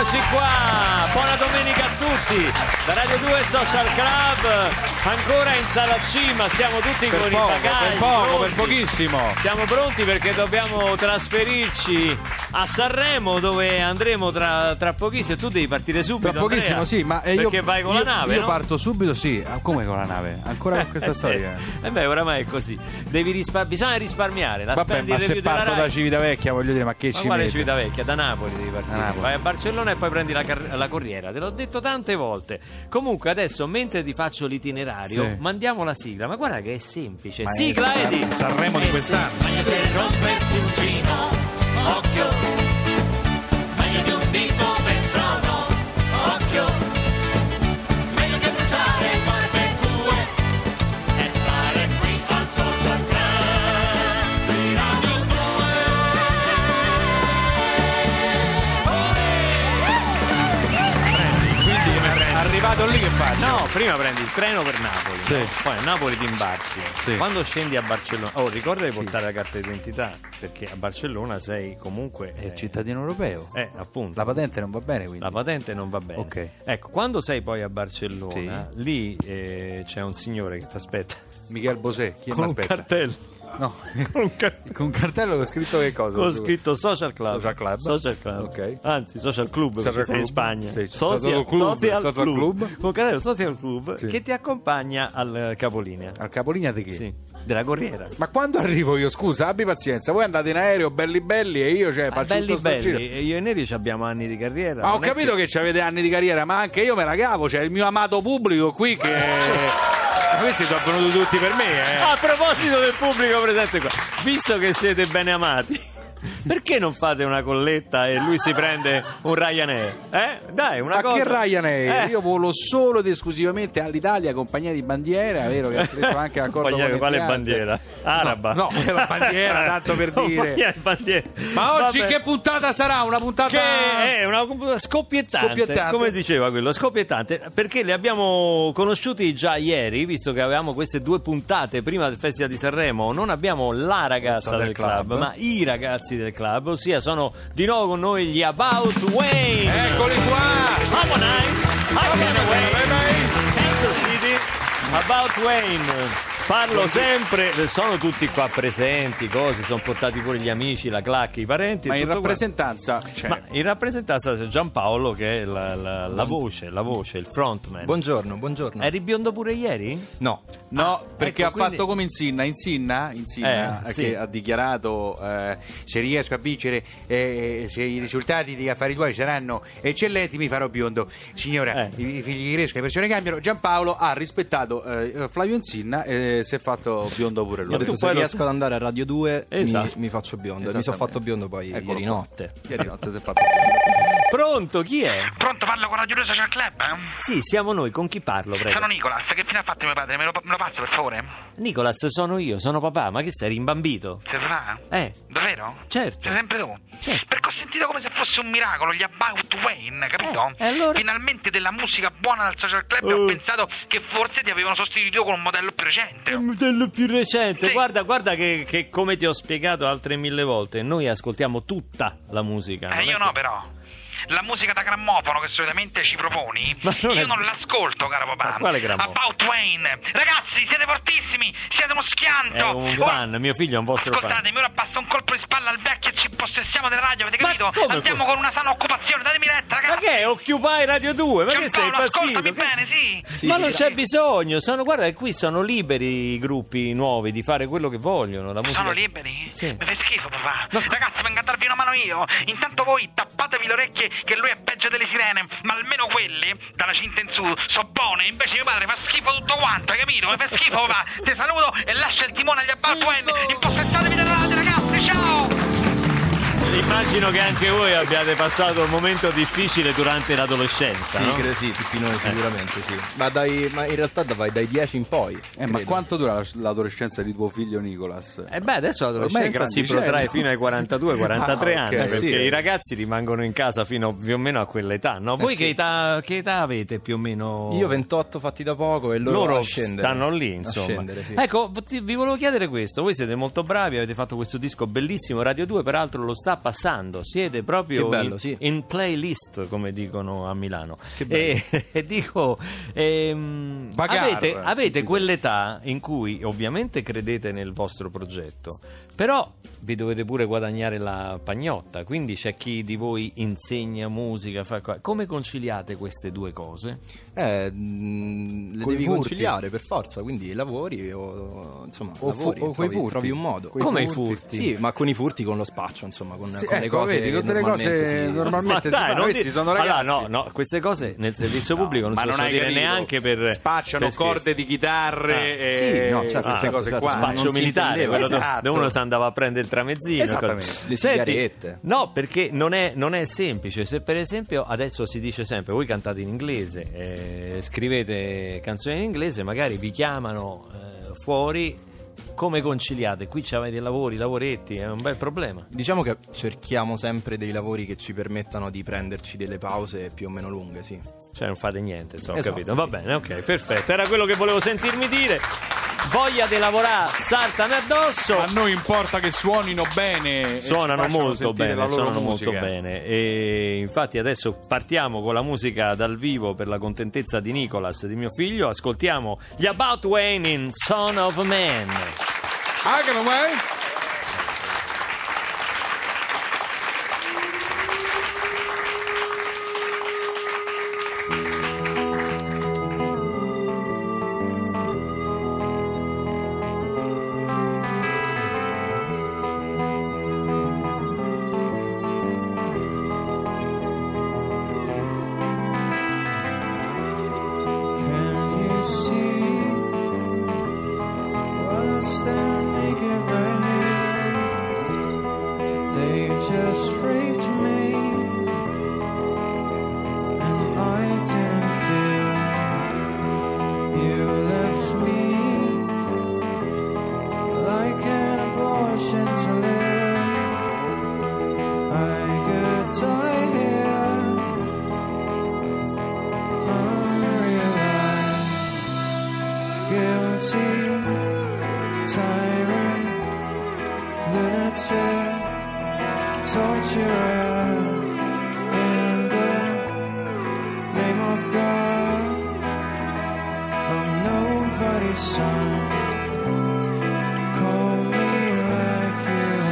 Eccoci qua, buona domenica a tutti, da Radio 2 Social Club, ancora in sala C, ma siamo tutti per con poco, i bagagli, per pochissimo. Siamo pronti perché dobbiamo trasferirci a Sanremo, dove andremo tra pochissimo. Tu devi partire subito, Tra pochissimo, Andrea, sì, ma perché vai con la nave, io no? parto subito, sì. Come con la nave? Ancora con questa storia? Beh, oramai è così. Bisogna risparmiare. La Vabbè, ma se parto da Civitavecchia, voglio dire, ma che ci quale mette? Civitavecchia? Da Napoli devi partire. Vai a Barcellona e poi prendi la corriera. Te l'ho detto tante volte. Comunque adesso, mentre ti faccio l'itinerario, sì, mandiamo la sigla. Ma guarda che è semplice. Ma Sigla, è Edi! Sanremo di quest'anno. Meglio che rompersi un gino, occhio. Meglio di un dito per trono, occhio. Meglio che bruciare barbecue e stare qui al Social Club di Radio 2. Quindi arrivato lì che faccio? No, prima prendi il treno per Napoli, Sì, no? Poi a Napoli ti imbarchi. Sì. Quando scendi a Barcellona, ricorda di portare la carta d'identità, perché a Barcellona sei comunque È cittadino europeo. appunto. La patente non va bene, quindi. La patente non va bene. Ok. Ecco, quando sei poi a Barcellona, lì c'è un signore che ti aspetta Michel Bosé, chi mi con un aspetta? cartello. No. Con un Con un cartello con scritto che cosa? con scritto Social Club. Social Club. Social Club. Ok. Anzi, Social Club, Social perché sei in Club. Spagna. Sì, Social Social Club. Con un cartello Social Club, Sì, che ti accompagna al capolinea. Al capolinea di che? Sì, della corriera. Ma quando arrivo io, scusa, abbi pazienza, voi andate in aereo belli belli e io faccio Belli tutto sto giro. belli, e io e Neri abbiamo anni di carriera. Ma ho non è capito che avete anni di carriera, ma anche io me la cavo, c'è il mio amato pubblico qui che... Questi sono venuti tutti per me, A proposito del pubblico presente qua, visto che siete bene amati, perché non fate una colletta e lui si prende un Ryanair? Dai, una Ma cosa. che Ryanair? Io volo solo ed esclusivamente all'Italia, compagnia di bandiera, vero che ha scritto anche l'accordo con le Quale impianti. bandiera? Araba? No, è la bandiera, tanto per dire. Compagnia di bandiera. Ma oggi Vabbè. che puntata sarà? Una puntata... Che è una scoppiettante, come diceva quello, scoppiettante, perché li abbiamo conosciuti già ieri, visto che avevamo queste due puntate prima del Festival di Sanremo. Non abbiamo la ragazza del club, ma i ragazzi del club, ossia sono di nuovo con noi gli About Wayne. Eccoli qua! Harmonize, Kansas City, About Wayne. Parlo sempre, sono tutti qua presenti, cose, sono portati pure gli amici, la clacca, i parenti. Ma in tutto rappresentanza... quanto. Ma in rappresentanza c'è Giampaolo, che è la voce, il frontman. Buongiorno. Eri biondo pure ieri? No, No, perché ecco, ha quindi- fatto come Insinna sì. che ha dichiarato se riesco a vincere, se i risultati di affari tuoi saranno eccellenti, mi farò biondo. Signora, i figli crescono, le persone cambiano. Giampaolo ha rispettato Flavio Insinna e si è fatto biondo pure lui. ho detto tu se poi lo- riesco ad andare a Radio 2 Esatto. mi faccio biondo. Mi sono fatto biondo poi Eccolo ieri qua. notte. Ieri notte si è fatto biondo. Pronto, chi è? Pronto, parlo con Radio 2 Social Club? Sì, siamo noi, con chi parlo, prego? Sono Nicolas, che fine ha fatto mio padre? Me lo passa per favore? Nicolas, sono io, sono papà, ma che sei rimbambito? Se fa? Davvero? Certo. Sei sempre tu? Certo. Perché ho sentito come se fosse un miracolo, gli About Wayne, capito? E allora? Finalmente della musica buona dal Social Club e ho pensato che forse ti avevano sostituito con un modello più recente. Il modello più recente. Sì. Guarda che come ti ho spiegato altre 1000 volte, noi ascoltiamo tutta la musica. non è Io che- no, però. La musica da grammofono che solitamente ci proponi, Ma non è- io non l'ascolto, caro papà. Ma quale grammofono? About Wayne. Ragazzi, siete fortissimi, siete uno schianto. È un fan, mio figlio è un vostro fan. Ascoltatemi, ora basta un colpo di spalla al vecchio e ci possessiamo della radio, avete Ma capito? come Andiamo con una sana occupazione, datemi retta, Ma ragazzi. che è? Occupy Radio 2? Ma che sei Giampaolo, impazzito? ascoltami Che- bene, sì. Ma non c'è bisogno, guarda che qui sono liberi i gruppi nuovi di fare quello che vogliono. La musica... Sono liberi? Sì. Mi fai schifo, papà. Ragazzi, vengo a darvi una mano io. Intanto voi tappatevi le orecchie che lui è peggio delle sirene. Ma almeno quelle, dalla cinta in su, so buone. Invece mio padre fa schifo tutto quanto, hai capito? Mi fa schifo, papà. Ti saluto e lascia il timone agli About Wayne. Impossessatevi della radio, ragazzi, ciao! Immagino che anche voi abbiate passato un momento difficile durante l'adolescenza, Sì, no? credo sì, tutti noi sicuramente sì. Ma in realtà vai dai 10 in poi. Ma credo. quanto dura l'adolescenza di tuo figlio Nicolas? Adesso Ormai l'adolescenza è si grandicello. protrae fino ai 42-43 Ah, ok, anni, perché sì. i ragazzi rimangono in casa fino più o meno a quell'età, no? Voi sì. che età avete più o meno? Io 28 fatti da poco e loro a scendere. stanno lì, A insomma. scendere, sì. Ecco, vi volevo chiedere questo. Voi siete molto bravi, avete fatto questo disco bellissimo. Radio 2 peraltro lo sta passando, siete proprio bello, sì. in playlist, come dicono a Milano. Che bello. E dico, avete quell'età in cui ovviamente credete nel vostro progetto, però vi dovete pure guadagnare la pagnotta, quindi c'è chi di voi insegna musica, come conciliate queste due cose? Le devi conciliare per forza, quindi lavori o insomma trovi un modo. Come i furti? Sì, ma con i furti, con lo spaccio, insomma, con le ecco, cose vedi, con delle cose normalmente si fanno. Questi sono ragazzi. Allora, no, queste cose nel servizio pubblico non si possono dire neanche per spacciano per corde di chitarre sì, no, certo, queste cose qua. Spaccio militare, quello esatto. dove uno si andava a prendere il tramezzino, esattamente. Le sigarette. No, perché non è semplice. Se per esempio adesso si dice sempre voi cantate in inglese, scrivete canzoni in inglese, magari vi chiamano fuori, come conciliate? Qui c'avete lavoretti, è un bel problema. Diciamo che cerchiamo sempre dei lavori che ci permettano di prenderci delle pause più o meno lunghe, sì. Cioè non fate niente, insomma, Esatto, capito? Va bene, ok, perfetto, era quello che volevo sentirmi dire. Voglia di lavorare, saltami addosso. A noi importa che suonino bene. Suonano molto bene, suonano musica. molto bene. E infatti adesso partiamo con la musica dal vivo per la contentezza di Nicolas, di mio figlio. Ascoltiamo gli About Wayne in Son of a Man. Anche way. Just raped me, and I didn't feel. You left me like an abortion to live. I could die here, unrealized, guilty, tyrant, lunatic, torturer, in the name of God. I'm nobody's son. Call me like you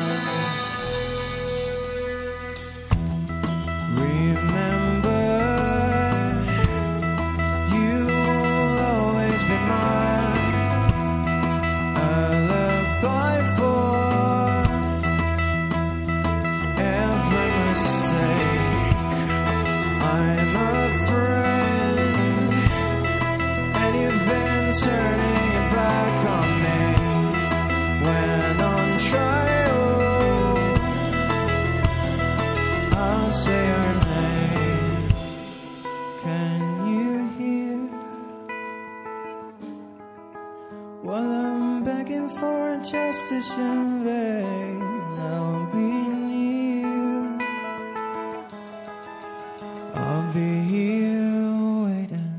want. Remember, you will always be my alibi for every mistake. I'm a friend, and you've been turning your back on me when on trial. I'll say your name. Can you hear? Well, I'm begging for justice in vain. I'll be near. I'll be here waiting.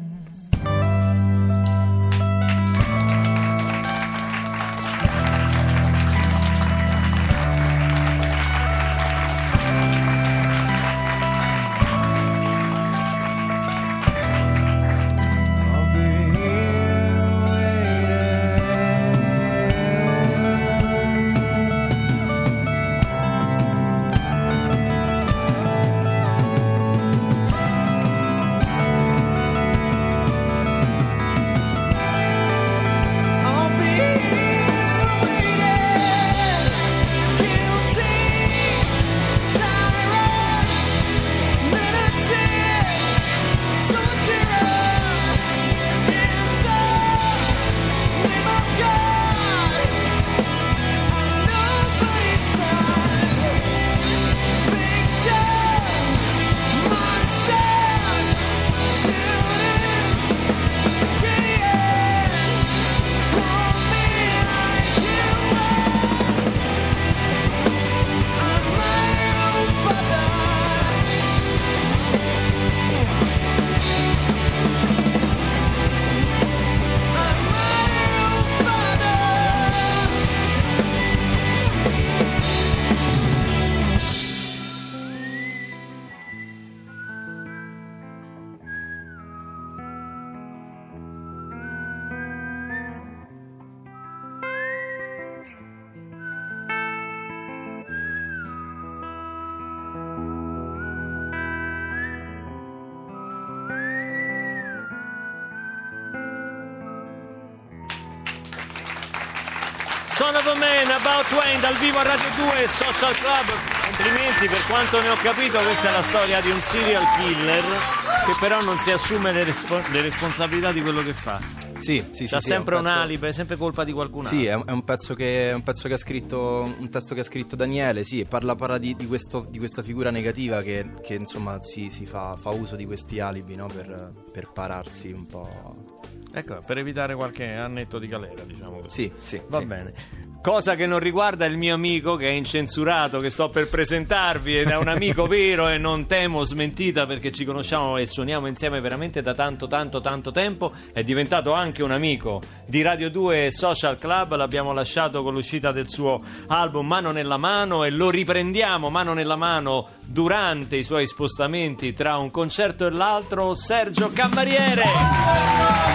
Son of a Man, About Wayne, dal vivo a Radio 2 Social Club. Complimenti, per quanto ne ho capito questa è la storia di un serial killer che però non si assume le responsabilità di quello che fa. Sì, c'ha sempre un alibi, è sempre colpa di qualcun altro. Sì, è un pezzo che ha scritto, un testo che ha scritto Daniele, sì, parla di questa figura negativa che insomma si fa uso di questi alibi, no? per pararsi un po'. Ecco, per evitare qualche annetto di galera, diciamo così. Sì. Va bene. Cosa che non riguarda il mio amico che è incensurato, che sto per presentarvi, ed è un amico vero e non temo smentita, perché ci conosciamo e suoniamo insieme veramente da tanto tempo. È diventato anche un amico di Radio 2 Social Club. L'abbiamo lasciato con l'uscita del suo album Mano nella Mano e lo riprendiamo mano nella mano durante i suoi spostamenti tra un concerto e l'altro. Sergio Cammariere.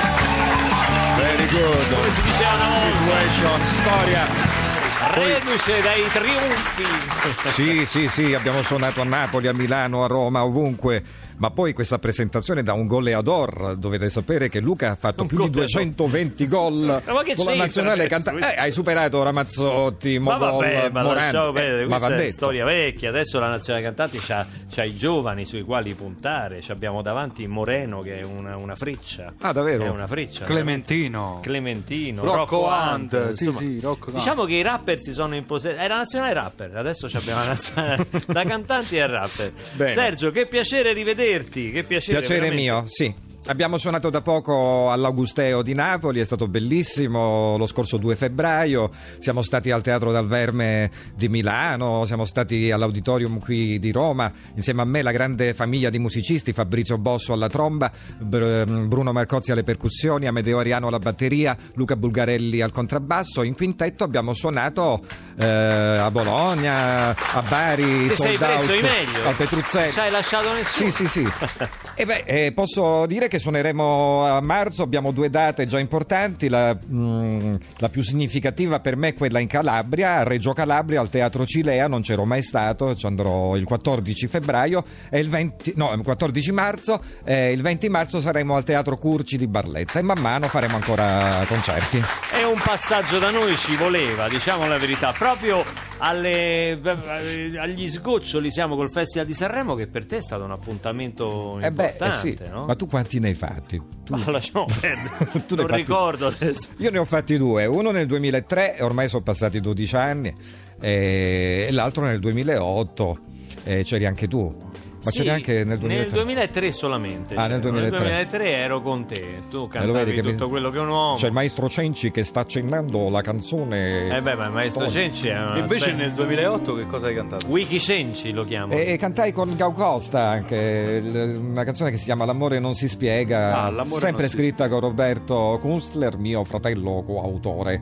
Very good. Come si diceva una volta, Situation, storia. reduce dai trionfi. Sì, abbiamo suonato a Napoli, a Milano, a Roma, ovunque. Ma poi questa presentazione da un goleador, dovete sapere che Luca ha fatto più di 220 gol con la nazionale cantante. Hai superato Ramazzotti, Mogol, Morandi. Ma questa è storia vecchia. Adesso la nazionale cantanti c'ha i giovani sui quali puntare. Abbiamo davanti Moreno che è una freccia. Ah, davvero? È una freccia. Clementino, Rocco Hunt. Sì, Rocco Hunt. Diciamo che i rapper si sono impossessati. Era nazionale rapper, adesso abbiamo la nazionale da cantanti e rapper. Bene. Sergio, che piacere rivederti. Che piacere veramente. Mio, sì. Abbiamo suonato da poco all'Augusteo di Napoli, è stato bellissimo lo scorso 2 febbraio, siamo stati al Teatro Dal Verme di Milano, siamo stati all'Auditorium qui di Roma, insieme a me la grande famiglia di musicisti, Fabrizio Bosso alla tromba, Bruno Marcozzi alle percussioni, Amedeo Ariano alla batteria, Luca Bulgarelli al contrabbasso. In quintetto abbiamo suonato a Bologna, a Bari, sei preso i meglio al Petruzzelli. Ci hai lasciato nessuno? Sì. E posso dire che suoneremo a marzo, abbiamo 2 date già importanti, la più significativa per me è quella in Calabria, a Reggio Calabria, al Teatro Cilea, non c'ero mai stato, ci andrò il 14 febbraio e il 14 marzo, il 20 marzo saremo al Teatro Curci di Barletta e man mano faremo ancora concerti. È un passaggio da noi, ci voleva, diciamo la verità, proprio agli sgoccioli siamo col Festival di Sanremo, che per te è stato un appuntamento importante, sì. No? Ma tu quanti ne hai fatti? Ma lasciamo perdere, non ricordo adesso. Io ne ho fatti 2, uno nel 2003, ormai sono passati 12 anni, e l'altro nel 2008, c'eri anche tu. Ma c'eri anche nel 2003? Nel 2003 solamente. Nel 2003. Nel 2003 ero con te. Tu cantavi tutto quello che un uomo. C'è il maestro Cenci che sta accennando la canzone. Ma il maestro Cenci è una... Invece nel 2008 che cosa hai cantato? Wiki Cenci lo chiamo. E cantai con Gau Costa anche una canzone che si chiama L'amore non si spiega, sempre scritta con Roberto Kunstler, mio fratello coautore.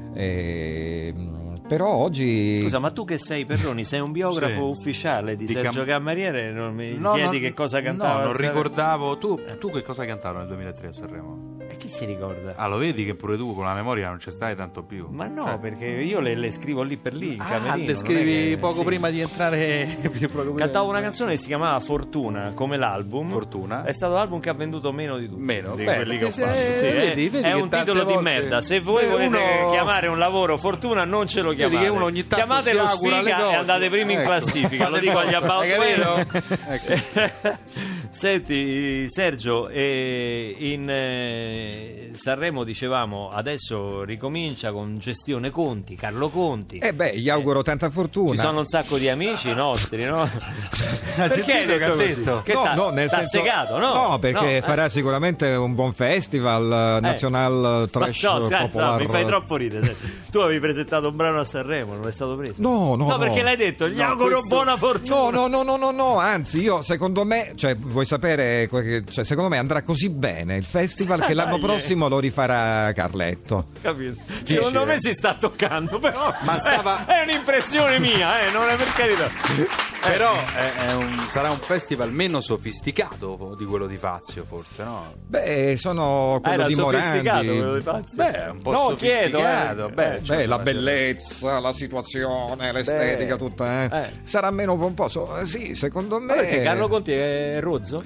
Però oggi... Scusa, ma tu che sei, Perroni, sei un biografo ufficiale di Sergio Cammariere, non mi chiedi che cosa cantava? No, non ricordavo. Tu che cosa hai cantato nel 2003 a Sanremo? E chi si ricorda? Lo vedi che pure tu con la memoria non ci stai tanto più. Ma no, perché io le scrivo lì per lì in camerino. Le scrivi poco prima di entrare. Cantavo una canzone che si chiamava Fortuna, come l'album. Fortuna. È stato l'album che ha venduto meno di tutti. Meno? Di quelli che ho fatto. Vedi è un titolo di merda. Se voi volete chiamare un lavoro Fortuna, non ce lo chiamate. Che uno ogni tanto chiamatelo Sfiga e andate primi in classifica. Lo dico agli About Wayne. Senti Sergio, in Sanremo dicevamo adesso ricomincia con gestione Conti, Carlo Conti. Gli auguro tanta fortuna. Ci sono un sacco di amici nostri, no? Perché hai detto così? Nel t'ha senso, segato, no? No, perché farà sicuramente un buon festival National Trash Popolare. Mi fai troppo ridere. Tu avevi presentato un brano a Sanremo, non è stato preso? No, perché l'hai detto, gli auguro buona fortuna. No, anzi, io secondo me, vuoi sapere, secondo me andrà così bene il festival che l'anno prossimo lo rifarà Carletto. Capito? Secondo me si sta toccando, però ma è un'impressione mia, non è per carità. Però sarà un festival meno sofisticato di quello di Fazio, forse, no? Sono quello di Morandi. Quello di Fazio? Un po' sofisticato. La bellezza, la situazione, l'estetica, tutta. Sarà meno pomposo. Sì, secondo me. Ma perché Carlo Conti è rozzo? perso?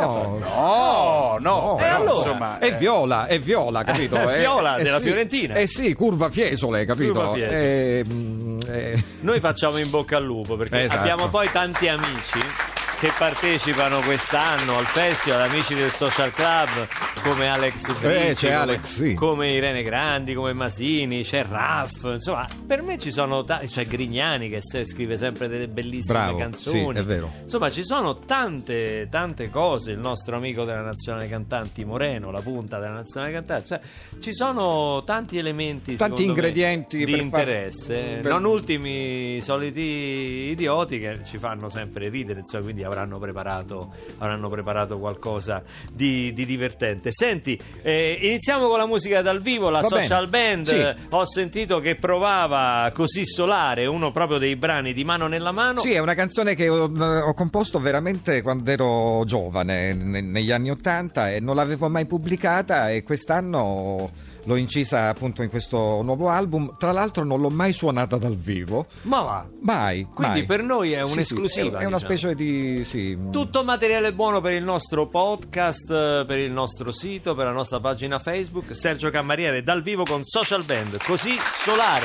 No, E allora? insomma, È viola, capito? È viola della sì, Fiorentina. Sì, curva Fiesole, capito? Curva Fiesole. Noi facciamo in bocca al lupo perché Esatto. abbiamo poi tanti amici che partecipano quest'anno al festival, amici del Social Club come Alex Brici, c'è Alex, sì. come Irene Grandi, come Masini, c'è Raff, insomma per me ci sono c'è Grignani che scrive sempre delle bellissime Bravo, canzoni, sì, è vero. insomma ci sono tante cose, il nostro amico della Nazionale Cantanti Moreno, la punta della Nazionale Cantanti, cioè, ci sono tanti elementi, Tanti secondo me, ingredienti di per interesse, per- non ultimi i soliti idioti che ci fanno sempre ridere, insomma, quindi avranno preparato qualcosa di divertente. Senti, iniziamo con la musica dal vivo, la Va Social bene. Band. Sì. Ho sentito che provava Così Solare, uno proprio dei brani di Mano nella Mano. Sì, è una canzone che ho composto veramente quando ero giovane, negli anni '80, e non l'avevo mai pubblicata, e quest'anno l'ho incisa appunto in questo nuovo album. Tra l'altro non l'ho mai suonata dal vivo, Ma va. mai. Quindi mai. per noi è Sì, un'esclusiva, sì, è una diciamo. specie di... sì. Tutto materiale buono per il nostro podcast, per il nostro sito, per la nostra pagina Facebook. Sergio Cammariere dal vivo con Social Band, Così Solare.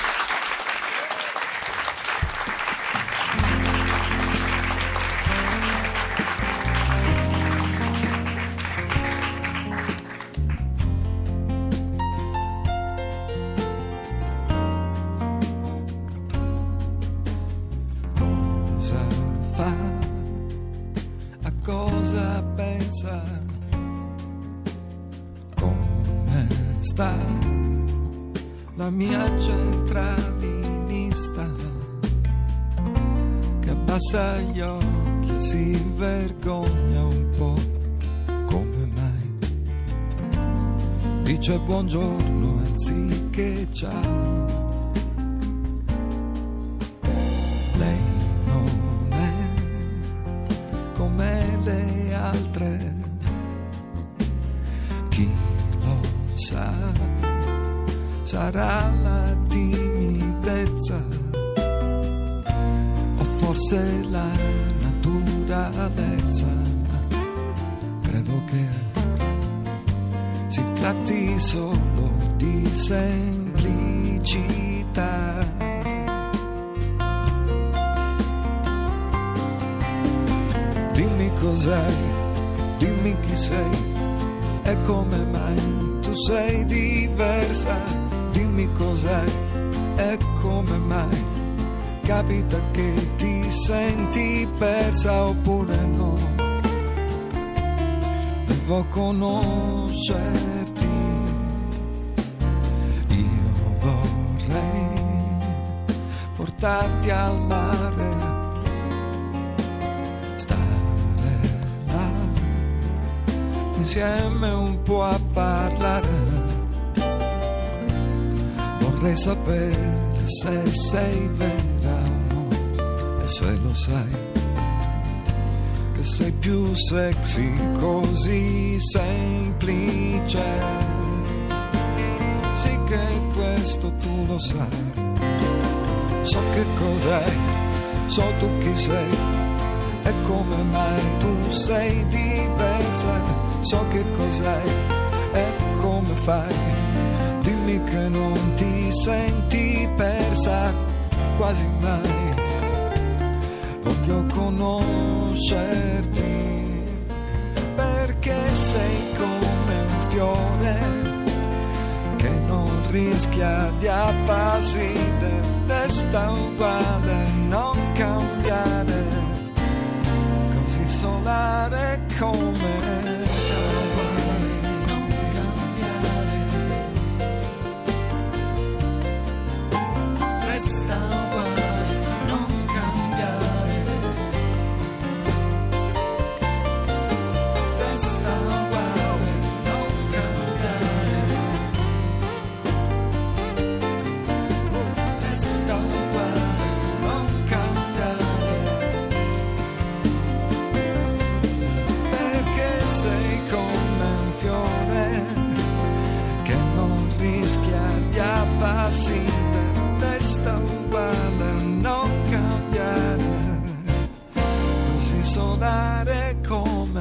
Cosa fa? A cosa pensa? Come sta la mia centralinista che abbassa gli occhi e si vergogna un po'? Come mai dice buongiorno anziché ciao? Lei non è come le altre, chi lo sa, sarà la timidezza o forse la naturalezza, ma credo che si tratti solo di semplicità. Dimmi cos'hai, dimmi chi sei e come mai tu sei diversa. Dimmi cos'hai e come mai capita che ti senti persa oppure no. Devo conoscerti, io vorrei portarti al mare, insieme un po' a parlare. Vorrei sapere se sei vera o no, e se lo sai che sei più sexy così semplice. Sì che questo tu lo sai, so che cos'è, so tu chi sei e come mai tu sei diversa. So che cos'hai e come fai, dimmi che non ti senti persa quasi mai. Voglio conoscerti perché sei come un fiore che non rischia di appassire, resta uguale, non cambiare, così solare come sta uguale, non cambiare, resta uguale, non cambiare, resta uguale, non cambiare, resta uguale, non cambiare. Sei come un fiore che non rischia di appassire, resta uguale, non cambiare, così solare come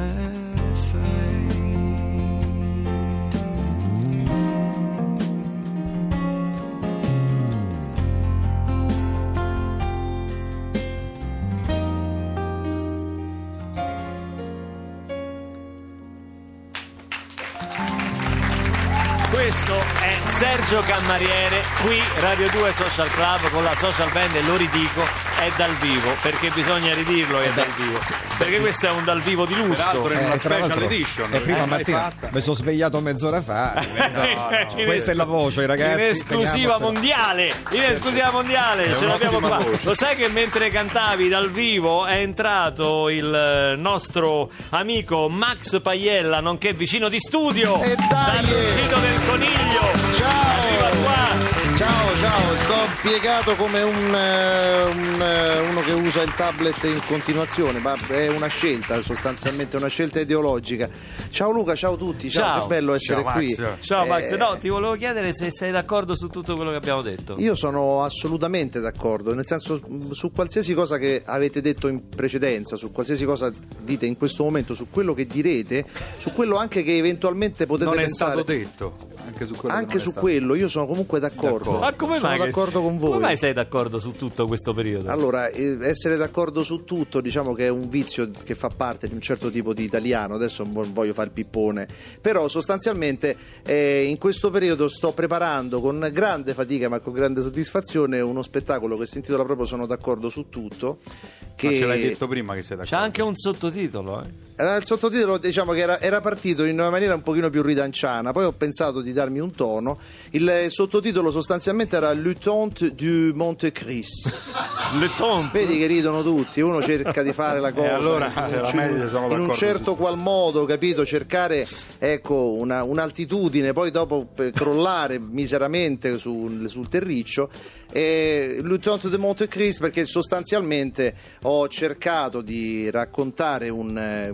questo è Sergio Cammariere, qui Radio 2 Social Club con la social band, e lo ridico, è dal vivo, perché bisogna ridirlo, è dal vivo, perché questo è un dal vivo di lusso. Peraltro in una tra special l'altro, edition. e prima mai mattina fatta. mi sono svegliato mezz'ora fa. Questa è la voce, ragazzi. In esclusiva mondiale, ce l'abbiamo qua. Lo sai che mentre cantavi dal vivo è entrato il nostro amico Max Paiella, nonché vicino di studio, E dai! dall'uscito del Coniglio. Arriva qua. Ciao, sto piegato come uno che usa il tablet in continuazione, ma è una scelta, sostanzialmente una scelta ideologica. Ciao Luca, ciao a tutti, ciao. Che bello essere Ciao, qui. Max. Ciao Max, no, ti volevo chiedere se sei d'accordo su tutto quello che abbiamo detto. Io sono assolutamente d'accordo, nel senso, su qualsiasi cosa che avete detto in precedenza, su qualsiasi cosa dite in questo momento, su quello che direte, su quello anche che eventualmente potete Non è pensare. stato detto. Anche su quello, Anche su quello io sono comunque d'accordo. Ma come sono mai? d'accordo con voi. Come mai sei d'accordo su tutto questo periodo? Allora, essere d'accordo su tutto, diciamo che è un vizio che fa parte di un certo tipo di italiano. Adesso non voglio fare il pippone, però sostanzialmente in questo periodo sto preparando con grande fatica ma con grande soddisfazione uno spettacolo che si intitola proprio Sono d'accordo su tutto. Ma ce l'hai detto prima che sei d'accordo. C'è anche un sottotitolo, Il sottotitolo, diciamo che era partito in una maniera un pochino più ridanciana, poi ho pensato di darmi un tono. Il sottotitolo sostanzialmente era Le Tante du Monte Cristo. Le Tante. Vedi che ridono tutti, uno cerca di fare la cosa allora, era meglio, sono in un d'accordo certo qual modo, capito? Cercare, ecco, un'altitudine, poi dopo crollare miseramente sul terriccio. Le Tante du Monte Cristo, perché sostanzialmente ho cercato di raccontare un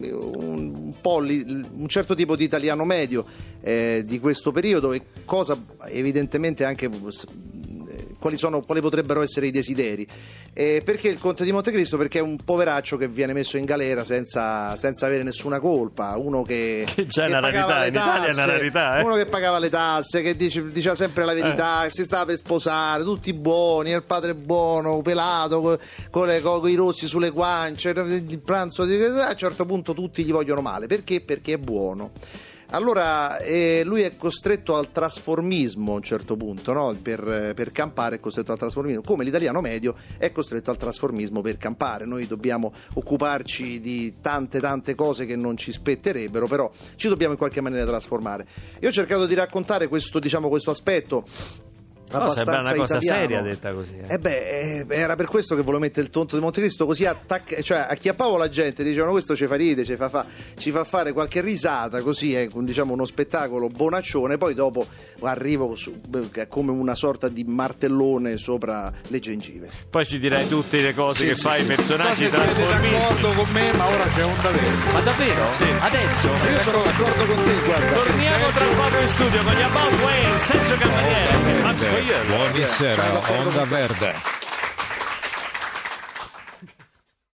certo tipo di italiano medio di questo periodo, e cosa evidentemente anche quali potrebbero essere i desideri. Perché il Conte di Montecristo? Perché è un poveraccio che viene messo in galera senza avere nessuna colpa, uno che già è una rarità, in Italia è una rarità, uno che pagava le tasse, che diceva sempre la verità, che si stava per sposare, tutti buoni, il padre buono, pelato, con i rossi sulle guance, il pranzo, a un certo punto tutti gli vogliono male. Perché? Perché è buono. Allora lui è costretto al trasformismo a un certo punto, no? Per campare è costretto al trasformismo, come l'italiano medio è costretto al trasformismo per campare. Noi dobbiamo occuparci di tante cose che non ci spetterebbero, però ci dobbiamo in qualche maniera trasformare. Io ho cercato di raccontare questo aspetto sembra una cosa italiano. seria detta così. Era per questo che volevo mettere il tonto di Montecristo, così cioè acchiappavo la gente, dicevano questo ci fa ridere, ci fa fare qualche risata, così è diciamo uno spettacolo bonaccione, poi dopo arrivo come una sorta di martellone sopra le gengive. Poi ci dirai tutte le cose che fai, i personaggi siete trasformisti. d'accordo con me, ma ora c'è un davvero. Ma davvero? Sì. Adesso? Io sono d'accordo con te, guarda. Torniamo tra poco in studio con gli About Wayne, Sergio Cammariere e Max Paiella. Buonasera, Onda Verde.